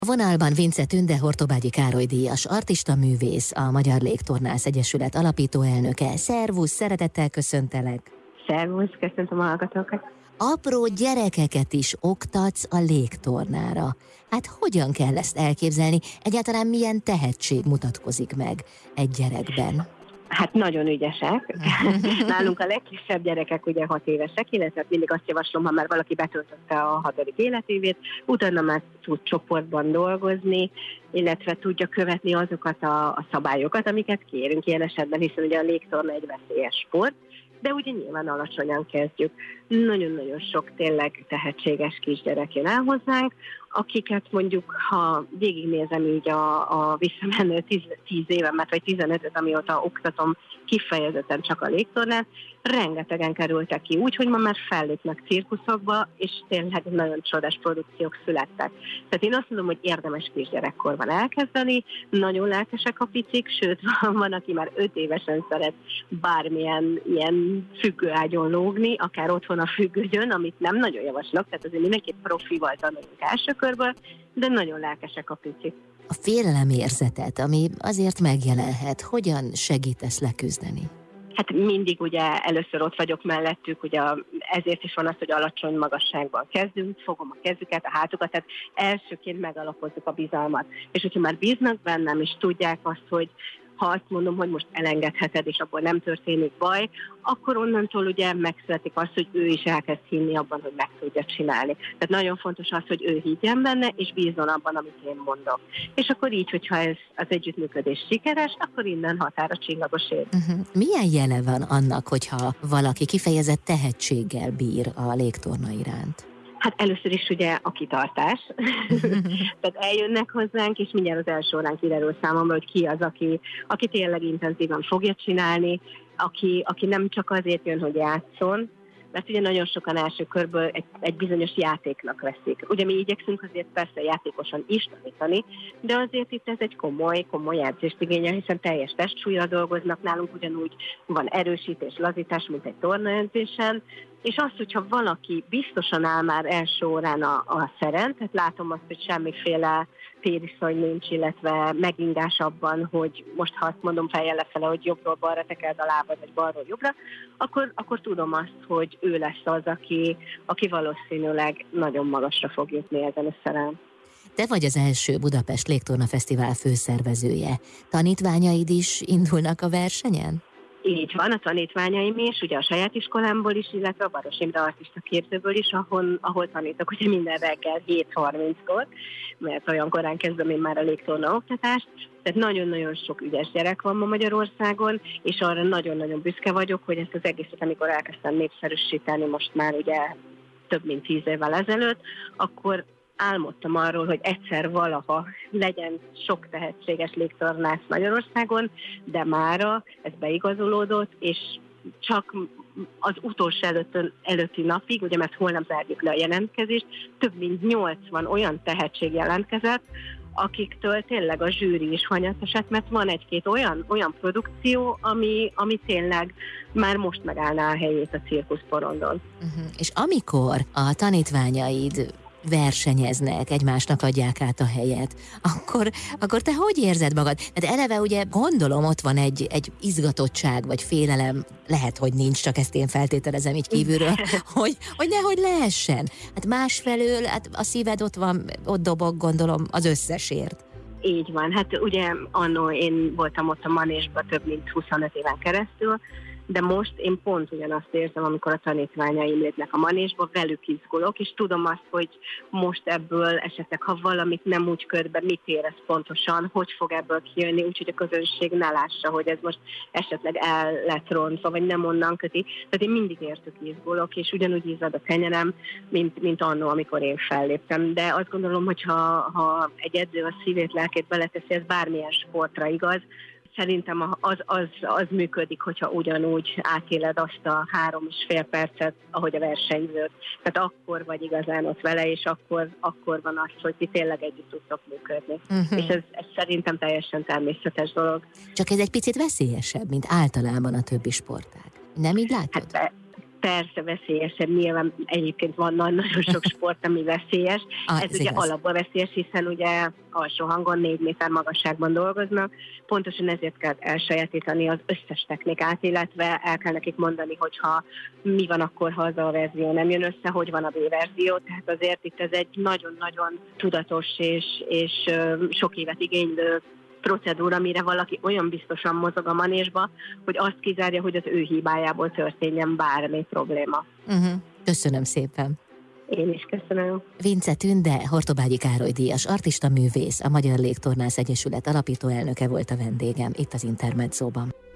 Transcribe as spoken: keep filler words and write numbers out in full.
A vonalban Vince Tünde, Hortobágyi Károly díjas artista művész, a Magyar Légtornász Egyesület alapító elnöke. Szervusz, szeretettel köszöntelek! Szervusz, köszöntöm a hallgatókat! Apró gyerekeket is oktatsz a légtornára. Hát hogyan kell ezt elképzelni? Egyáltalán milyen tehetség mutatkozik meg egy gyerekben? Hát nagyon ügyesek. Nálunk a legkisebb gyerekek ugye hat évesek, illetve mindig azt javaslom, ha már valaki betöltötte a hatodik életévét, utána már tud csoportban dolgozni, illetve tudja követni azokat a, a szabályokat, amiket kérünk ilyen esetben, hiszen ugye a légtorna egy veszélyes sport, de ugye nyilván alacsonyan kezdjük. Nagyon-nagyon sok tényleg tehetséges kisgyerek jön el hozzánk, akiket mondjuk, ha végignézem így a, a visszamenő tíz évemet, vagy tizenötöt, amióta oktatom kifejezetten csak a légtornát, rengetegen kerültek ki, úgyhogy ma már fellépnek cirkuszokba, és tényleg nagyon csodás produkciók születtek. Tehát én azt mondom, hogy érdemes kisgyerekkorban elkezdeni, nagyon lelkesek a picik, sőt van, van aki már öt évesen szeret bármilyen ilyen függőágyon lógni, akár otthon a függönyön, amit nem nagyon javaslok, tehát azért mindenképp profival tanulunk első körből, de nagyon lelkesek a picik. A félelemérzetet, ami azért megjelenhet, hogyan segítesz leküzdeni? Hát mindig ugye először ott vagyok mellettük, ugye ezért is van az, hogy alacsony magasságban kezdünk, fogom a kezüket, a hátukat, tehát elsőként megalapozzuk a bizalmat. És hogyha már bíznak bennem, és tudják azt, hogy ha azt mondom, hogy most elengedheted, és abból nem történik baj, akkor onnantól ugye megszületik az, hogy ő is elkezd hinni abban, hogy meg tudja csinálni. Tehát nagyon fontos az, hogy ő higgyen benne, és bízzon abban, amit én mondok. És akkor így, hogyha ez az együttműködés sikeres, akkor innen határa csillagos ér. Uh-huh. Milyen jele van annak, hogyha valaki kifejezett tehetséggel bír a légtorna iránt? Hát először is ugye a kitartás. Tehát eljönnek hozzánk, és mindjárt az első órán kiderül számomra, hogy ki az, aki, aki tényleg intenzívan fogja csinálni, aki, aki nem csak azért jön, hogy játszon, mert ugye nagyon sokan első körből egy, egy bizonyos játéknak veszik. Ugye mi igyekszünk azért persze játékosan is tanítani, de azért itt ez egy komoly, komoly edzést igényel, hiszen teljes testsúlyra dolgoznak nálunk, ugyanúgy van erősítés, lazítás, mint egy tornaedzésen, és az, hogyha valaki biztosan áll már első órán a, a szeren, tehát látom azt, hogy semmiféle tériszony nincs, illetve megingás abban, hogy most ha azt mondom fejjel lefele, hogy jobbról balra tekeld a lábad, vagy balról jobbra, akkor, akkor tudom azt, hogy ő lesz az, aki, aki valószínűleg nagyon magasra fog jutni ezen a szeren. Te vagy az első Budapest Légtorna Fesztivál főszervezője. Tanítványaid is indulnak a versenyen? Így van, a tanítványaim is, ugye a saját iskolámból is, illetve a Baros Imre artista képzőből is, ahol, ahol tanítok ugye minden reggel hét harminckor, mert olyan korán kezdem én már a légtorna oktatást, tehát nagyon-nagyon sok ügyes gyerek van ma Magyarországon, és arra nagyon-nagyon büszke vagyok, hogy ezt az egészet, amikor elkezdtem népszerűsíteni most már ugye több mint tíz évvel ezelőtt, akkor álmodtam arról, hogy egyszer valaha legyen sok tehetséges légtornász Magyarországon, de mára ez beigazolódott, és csak az utolsó előtt, előtti napig, ugye mert holnap zárjuk le a jelentkezést, több mint nyolcvan olyan tehetség jelentkezett, akiktől tényleg a zsűri is hanyatosat, mert van egy-két olyan, olyan produkció, ami, ami tényleg már most megállná a helyét a cirkuszporondon. Uh-huh. És amikor a tanítványaid versenyeznek, egymásnak adják át a helyet, akkor, akkor te hogy érzed magad? Hát eleve ugye gondolom ott van egy, egy izgatottság, vagy félelem, lehet, hogy nincs, csak ezt én feltételezem így kívülről, hogy, hogy nehogy lehessen. Hát másfelől, hát a szíved ott van, ott dobog, gondolom, az összesért. Így van, hát ugye annó én voltam ott a manésban több mint huszonöt éven keresztül, de most én pont ugyanazt érzem, amikor a tanítványaim lépnek a manésba, velük izgulok, és tudom azt, hogy most ebből esetleg, ha valamit nem úgy köt be, mit érez pontosan, hogy fog ebből kijönni, úgyhogy a közönség ne lássa, hogy ez most esetleg el lett rontva, vagy nem onnan köti. Tehát én mindig értük izgulok, és ugyanúgy izzad a tenyerem, mint, mint annó, amikor én felléptem. De azt gondolom, hogy ha, ha egy edző a szívét, lelkét beleteszi, ez bármilyen sportra igaz, szerintem az, az, az működik, hogyha ugyanúgy átéled azt a három és fél percet, ahogy a versenyzőt. Tehát akkor vagy igazán ott vele, és akkor, akkor van az, hogy ti tényleg együtt tudtok működni. Uh-huh. És ez, ez szerintem teljesen természetes dolog. Csak ez egy picit veszélyesebb, mint általában a többi sportág. Nem így látod? Hát be, persze veszélyesebb, nyilván egyébként van nagyon sok sport, ami veszélyes. Ah, ez, ez ugye igaz. Alapból veszélyes, hiszen ugye alsó hangon négy méter magasságban dolgoznak, pontosan ezért kell elsajátítani az összes technikát, illetve el kell nekik mondani, hogyha mi van akkor, ha az A verzió nem jön össze, hogy van a B verzió, tehát azért itt ez egy nagyon-nagyon tudatos és, és sok évet igénylő procedúra, amire valaki olyan biztosan mozog a manésba, hogy azt kizárja, hogy az ő hibájából történjen bármi probléma. Uh-huh. Köszönöm szépen. Én is köszönöm. Vince Tünde, Hortobágyi Károly díjas artista művész, a Magyar Légtornász Egyesület alapító elnöke volt a vendégem itt az Intermedzóban.